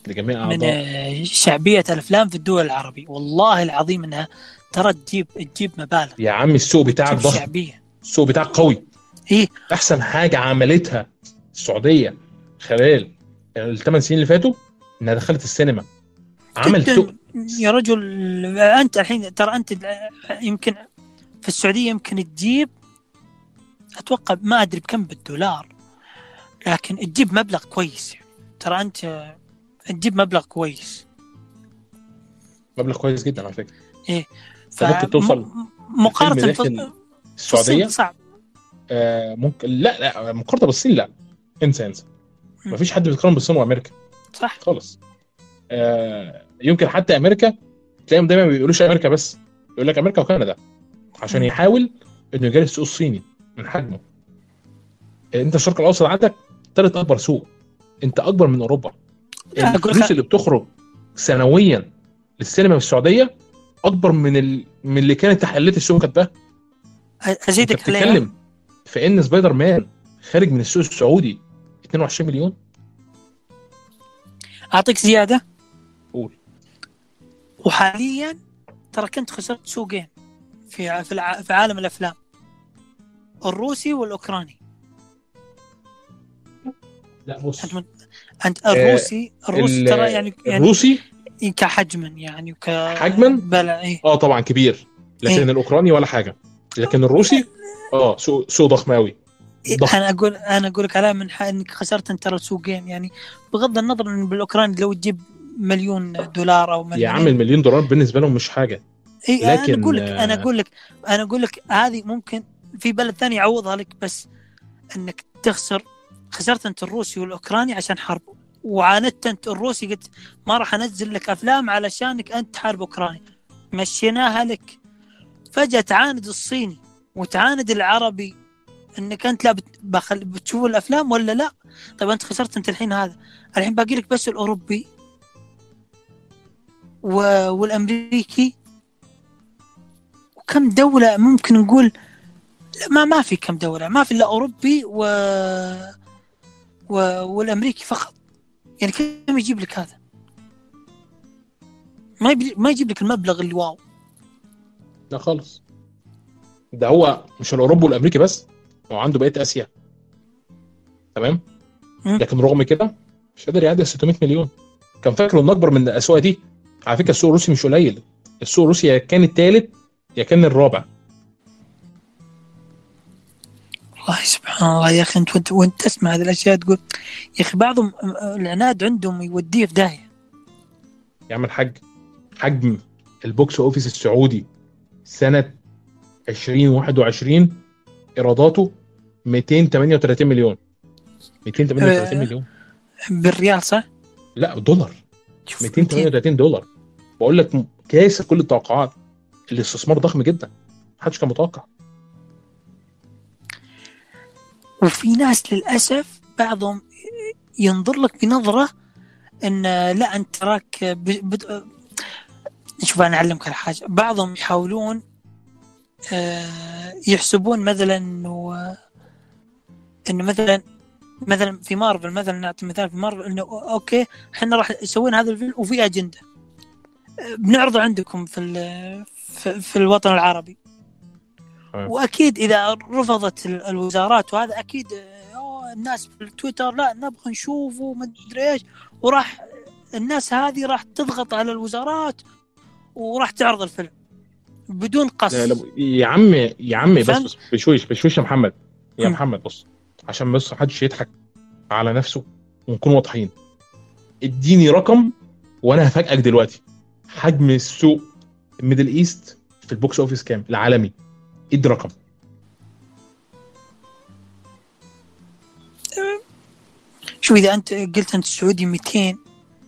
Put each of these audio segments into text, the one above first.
لجميع من اعضاء. شعبية الأفلام في الدول العربية، والله العظيم إنها ترى تجيب مبالغ، يا عم السوق بتاعك تجيب ضخم، شعبية. السوق بتاعك قوي. إيه احسن حاجه عملتها السعوديه خلال الثمان سنين اللي فاتوا انها دخلت السينما، عمل سوق. جدا يا رجل. أنت الحين ترى أنت يمكن في السعودية يمكن تجيب، أتوقع ما أدري بكم بالدولار، لكن تجيب مبلغ كويس يعني. ترى أنت تجيب مبلغ كويس. مبلغ كويس جدا على فكره. إيه انت ممكن توصل الفيلم مقارنة داخل في الصين السعوديه. صعب. ممكن، لا مقارنه بالصين لا، انسى. م. مفيش حد بيتقارن بالصين وامريكا صح. خالص. يمكن حتى امريكا تلاقيهم دايما ما بيقولوش امريكا بس، يقول لك امريكا وكندا عشان م. يحاول انه يجاري السوق الصيني من حجمه. انت الشرق الاوسط عندك ثالث اكبر سوق، انت اكبر من اوروبا. أقول الفلوس اللي بتخرج سنويا للسينما في السعوديه اكبر من اللي كانت تحليلات السوق كاتباها. انت أزيدك عليها. بتتكلم في ان سبايدر مان خارج من السوق السعودي 22 مليون. أعطيك زيادة. قول. وحاليا ترى كنت خسرت سوقين في عالم الأفلام، الروسي والأوكراني. لا بص، أنت الروسي ترى يعني الروسي كحجما يعني حجما بلا إيه. طبعا كبير، لكن إيه. الاوكراني ولا حاجه. لكن الروسي سوق ضخم قوي، ضخم. انا اقول لك على من انك خسرت انت ترى سوقين يعني، بغض النظر ان بالاوكراني لو تجيب $1,000,000 او يا عم مليونين. $1,000,000 بالنسبه لهم مش حاجه. اي لكن انا اقول لك هذه ممكن في بلد ثاني يعوضها لك، بس انك خسرت انت الروسي والاوكراني عشان حرب، وعاندت انت الروسي قلت ما راح انزل لك افلام علشانك انت تحارب اوكرانيا، مشيناها لك. فجأة تعاند الصيني وتعاند العربي انك انت لا بتشوف الافلام ولا لا. طيب انت خسرت انت الحين هذا، الحين باقي لك بس الاوروبي والامريكي، وكم دولة ممكن نقول ما في كم دولة، ما في الا اوروبي والامريكي فقط. يعني كم يجيب لك هذا؟ ما يجيب لك المبلغ اللي واو. لا خالص، ده هو مش الاوروبي والامريكي بس، هو عنده بقيه اسيا. تمام. لكن رغم كده مش قادر يعدي 600 مليون. كان فاكره انه اكبر من الاسواق دي. على فكره السوق الروسي مش قليل، السوق الروسي يا كان الثالث يا كان الرابع. والله سبحان الله يا اخي، وانت تسمع هذه الاشياء تقول يا اخي بعضهم العناد عندهم يوديه في داهيه. يعمل الحاج، حجم البوكس اوفيس السعودي سنه 2021 ايراداته 238 مليون. 238 مليون بالريال صح؟ لا دولار. شوف 238 دولار. بقول لك كاسر كل التوقعات. الاستثمار ضخم جدا، محدش كان متوقع. وفي ناس للأسف بعضهم ينظر لك بنظرة ان لا انت تراك شوف انا اعلمك الحاجة. بعضهم يحاولون يحسبون مثلا انه مثلا في مارفل، مثلا نعطي مثال في مارفل انه اوكي احنا راح نسوي هذا الفيلم وفي اجندة بنعرضه عندكم في الوطن العربي. واكيد اذا رفضت الوزارات وهذا اكيد الناس في التويتر لا نبغى نشوفه وما ادري ايش، وراح الناس هذه راح تضغط على الوزارات وراح تعرض الفيلم بدون قص. يا عمي بس بشويش يا محمد. يا محمد بص، عشان بس محدش يضحك على نفسه ونكون واضحين. اديني رقم وانا هفاجئك دلوقتي. حجم السوق الميدل ايست في البوكس اوفيس كام العالمي؟ ادي رقم. شو اذا انت قلت انت السعودي 200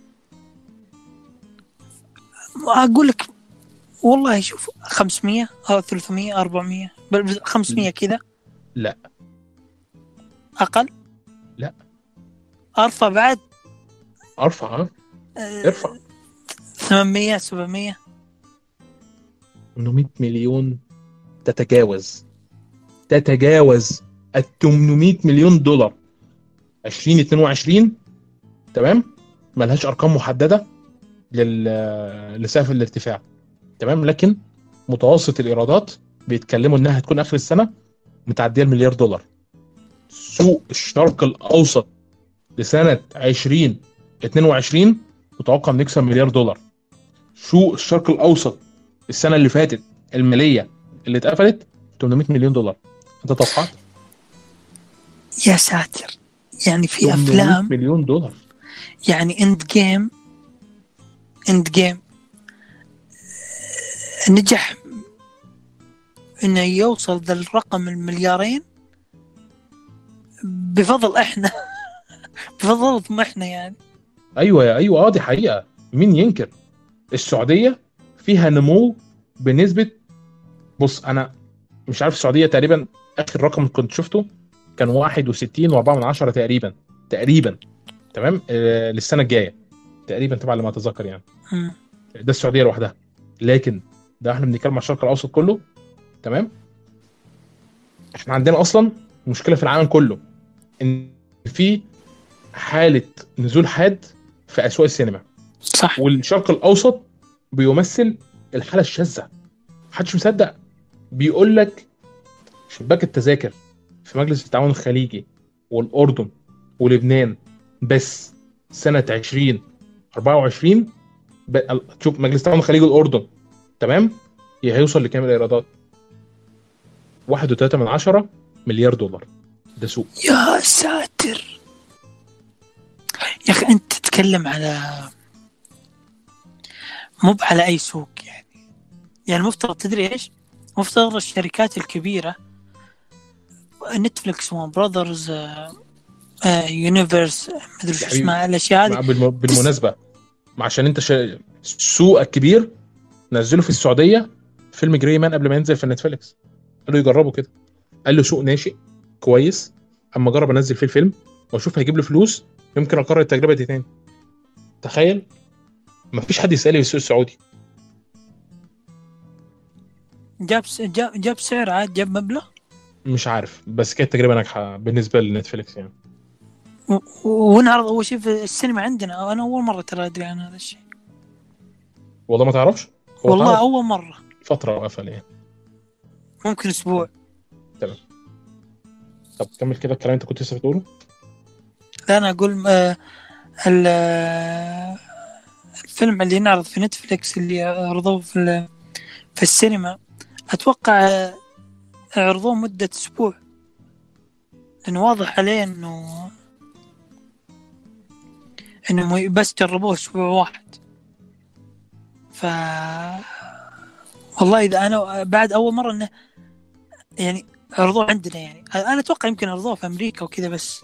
اقول لك والله شوف 500 او 300 400 بل 500 كذا. لا اقل. لا ارفع بعد. ارفع. ارفع 800 700 800 مليون. تتجاوز ال 800 مليون دولار 2022. تمام. ملهاش ارقام محدده لسقف الارتفاع، تمام، لكن متوسط الايرادات بيتكلموا انها هتكون اخر السنه متعديه المليار دولار. سوق الشرق الاوسط لسنه 2022 متوقع انه يكسب مليار دولار. سوق الشرق الاوسط السنه اللي فاتت الماليه اللي اتقفلت 800 مليون دولار. انت توقعت؟ يا ساتر، يعني في 800 افلام مليون دولار. يعني اند جيم نجح انه يوصل ذا الرقم المليارين بفضل احنا بفضلكم احنا يعني. ايوه دي حقيقه، مين ينكر؟ السعوديه فيها نمو بنسبه، بص انا مش عارف، السعوديه تقريبا اخر رقم كنت شفته كان 61.4 تقريبا، تمام، للسنه الجايه تقريبا تبع اللي ما اتذكر يعني. ده السعوديه لوحدها، لكن ده احنا بنتكلم على الشرق الاوسط كله، تمام. احنا عندنا اصلا مشكله في العالم كله، ان في حاله نزول حاد في اسواق السينما، صح. والشرق الاوسط بيمثل الحاله الشاذه. محدش مصدق، بيقول لك شباك التذاكر في مجلس التعاون الخليجي والاردن ولبنان بس سنه 2024 شوف مجلس التعاون الخليجي والاردن، تمام، هيوصل لكام الايرادات؟ 1.3 مليار دولار. ده سوق. يا ساتر يا اخي، انت تتكلم على مو على اي سوق يعني المفترض تدري ايش؟ مفترض الشركات الكبيره نتفليكس وبراذرز يونيفرس مدري شو اسمها الاشياء هذه. بالمناسبه عشان انت سوق كبير، نزلوا في السعوديه فيلم جراي مان قبل ما ينزل في نتفليكس، قالوا يجربوا كده، قال له سوق ناشئ كويس، اما اجرب انزل فيه الفيلم واشوف هيجيب له فلوس، يمكن اكرر التجربه دي تاني. تخيل، مفيش حد يسالي في السوق السعودي. جاب سعر عاد، جاب مبلغ مش عارف، بس كانت تجربه ناجحه بالنسبه لنتفليكس يعني. ونعرض اول شيء في السينما عندنا. انا اول مره ترى ادري عن هذا الشيء. والله ما تعرفش؟ والله اول مره. فتره وقفل يعني، ممكن اسبوع. تمام. طب كمل كده الكلام انت كنت لسه بتقوله. لا انا اقول الفيلم اللي نعرض في نتفليكس اللي عرضوه في السينما، اتوقع عرضوه مدة اسبوع، لانه واضح عليه انه بس جربوه اسبوع واحد. والله اذا انا بعد اول مرة انه يعني عرضوه عندنا، يعني انا اتوقع يمكن عرضوه في امريكا وكذا بس.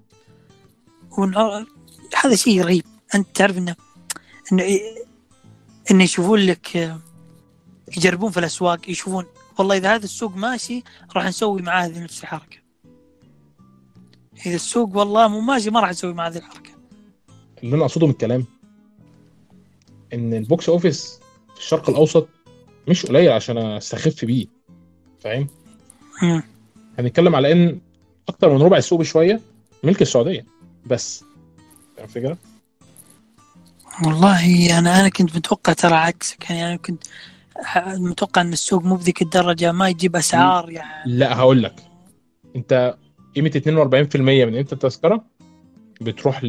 هذا شيء رهيب. انت تعرف انه يشوفون لك، يجربون في الاسواق، يشوفون والله اذا هذا السوق ماشي راح نسوي معاه هذه نفس الحركه، اذا السوق والله مو ماشي ما راح نسوي معاه هذه الحركه. اللي انا اقصده من الكلام ان البوكس اوفيس في الشرق الاوسط مش قليل عشان استخف بيه، فاهم؟ هنتكلم على ان اكتر من ربع السوق بشويه ملك السعوديه بس، فاهم الفكره؟ والله انا كنت متوقع ترى عكسك، يعني انا كنت متوقع ان السوق مو بذيك الدرجه، ما يجيب اسعار يعني. لا هقول لك، انت قيمه 42% من قيمه التذكره بتروح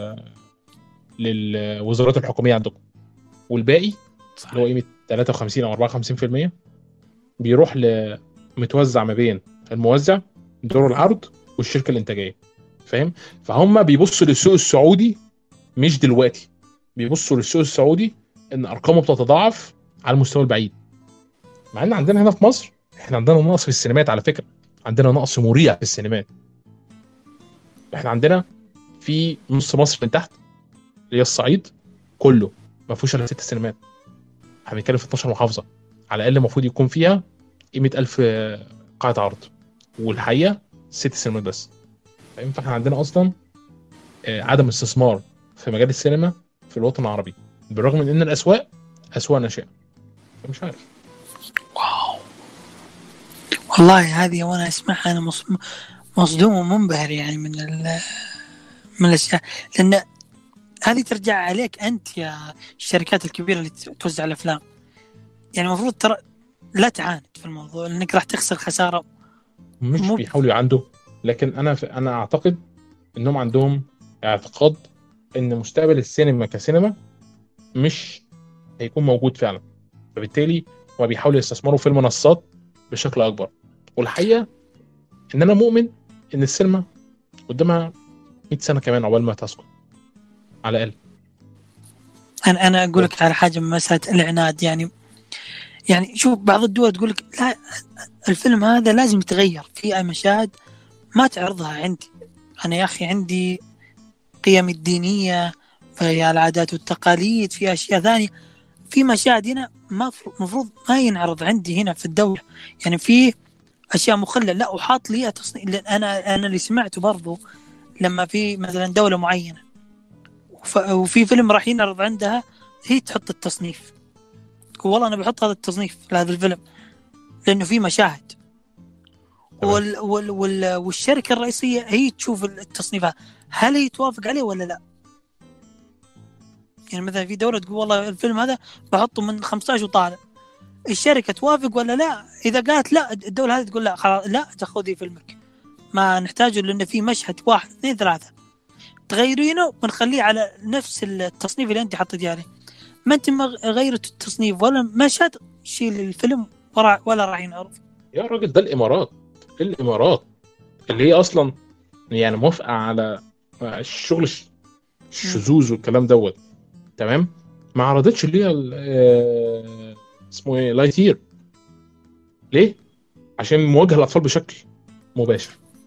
للوزارات الحكوميه عندكم، والباقي اللي هو قيمه 53 او 54% بيروح متوزع ما بين الموزع، دور العرض، والشركه الانتاجيه، فاهم؟ فهم بيبصوا للسوق السعودي، مش دلوقتي بيبصوا للسوق السعودي ان ارقامه بتتضاعف على المستوى البعيد. مع ان عندنا هنا في مصر احنا عندنا نقص في السينمات، على فكره عندنا نقص مريع في السينمات. احنا عندنا في نص مصر من تحت اللي هي الصعيد كله ما فيهوش الا 6 سينمات. احنا بنتكلم في 12 محافظه، على الاقل المفروض يكون فيها 100,000 قاعه عرض، والحقيقه 6 سينمات بس، فاهم؟ فاحنا عندنا اصلا عدم استثمار في مجال السينما في الوطن العربي، بالرغم من ان الاسواق اسواق ناشئه. مش عارف. واو والله هذه وانا اسمعها انا مصدوم ومنبهر يعني من الاشياء، لان هذه ترجع عليك أنت يا الشركات الكبيرة اللي توزع الأفلام. يعني المفروض ترى لا تعاند في الموضوع، لأنك راح تخسر خسارة. مش بيحاولوا يعندوا، لكن انا اعتقد انهم عندهم اعتقاد ان مستقبل السينما كسينما مش هيكون موجود فعلا، فبالتالي هو بيحاولوا يستثمروا في المنصات بشكل اكبر. والحقيقه ان انا مؤمن ان السينما قدامها 100 سنه كمان عقبال ما تسقط على الاقل. أنا أقول لك على حاجة من مسألة العناد. يعني شوف بعض الدول تقول لك لا، الفيلم هذا لازم يتغير، في أي مشاهد ما تعرضها عندي. أنا يا أخي عندي قيم الدينية، في العادات والتقاليد، في أشياء ثانية، في مشاهد هنا مفروض ما ينعرض عندي هنا في الدولة. يعني في أشياء مخلة لا، وحاط لي تصنيف. أنا اللي سمعته برضو لما في مثلا دولة معينة وفي فيلم راح ينعرض عندها، هي تحط التصنيف، والله أنا بحط هذا التصنيف لهذا الفيلم لأنه في مشاهد. والشركة الرئيسية هي تشوف التصنيفات، هل هي توافق عليه ولا لا. يعني مثلا في دولة تقول والله الفيلم هذا بحطه من 15 وطالع، الشركة توافق ولا لا؟ إذا قالت لا، الدولة هذه تقول لا خلاص، لا تاخذي فيلمك ما نحتاجه، لأن في مشهد 1 2 3 تغيرينه ونخليه على نفس التصنيف اللي أنت حطيتيه عليه. ما أنت غيرت التصنيف ولا مشهد، شيل الفيلم ولا راح ينعرض. يا راجل ده الامارات اللي هي اصلا يعني موافقه على الشغل الشذوذ والكلام دوت، تمام، ما عرضتش اللي هي اسمه ايه لايتير. ليه؟ عشان مواجهه الاطفال بشكل مباشر.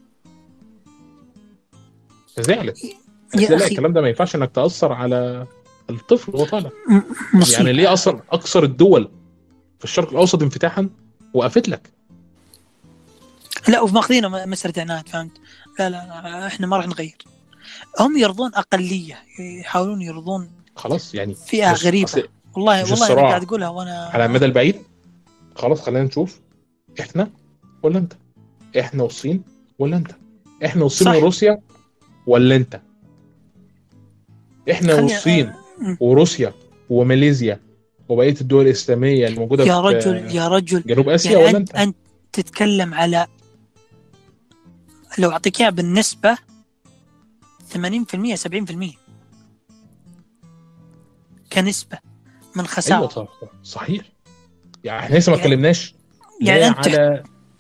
فزعلت يا لا، أخي الكلام ده ما ينفعش انك تاثر على الطفل وهو طالع. مصيبة. يعني ليه اصلا اكثر الدول في الشرق الاوسط انفتاحا وقفت لك؟ لا، وماخذينه مسألة عناد، فهمت؟ لا احنا ما راح نغير. هم يرضون أقلية، يحاولون يرضون خلاص يعني فئة غريبة. والله أنا قاعد أقولها وأنا على المدى البعيد. خلاص خلينا نشوف احنا ولا انت، احنا والصين ولا انت، احنا والصين وروسيا ولا انت، احنا والصين وروسيا وماليزيا وبقية الدول الإسلامية الموجودة يا رجل جنوب آسيا يعني ولا أنت تتكلم على، لو أعطيك إياها بالنسبة 80% 70% كنسبة من خسارة. أيوة صحيح. يعني احنا لسه ما اتكلمناش يعني أنت على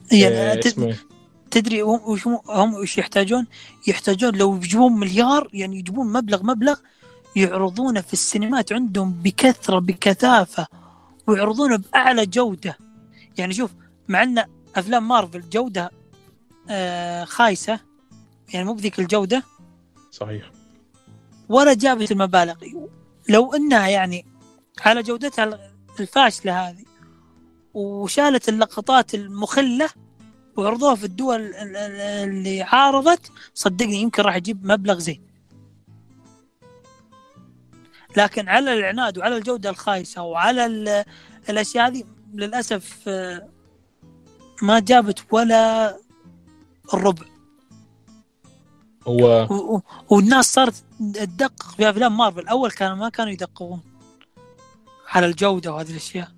تدري هم وش يحتاجون لو يجيبون مليار، يعني يجيبون مبلغ يعرضونه في السينمات عندهم بكثافة ويعرضونه بأعلى جودة. يعني شوف، مع أن أفلام مارفل جودة خايسة، يعني مو بذيك الجودة صحيح، ولا جابت المبالغ. لو أنها يعني على جودتها الفاشلة هذه وشالت اللقطات المخلة وعرضوها في الدول اللي عارضت، صدقني يمكن راح يجيب مبلغ زين. لكن على العناد وعلى الجودة الخايسة وعلى الأشياء هذه للأسف ما جابت ولا الربع. والناس صارت تدقق في أفلام مارفل. أول ما كانوا يدققون على الجودة وهذه الأشياء.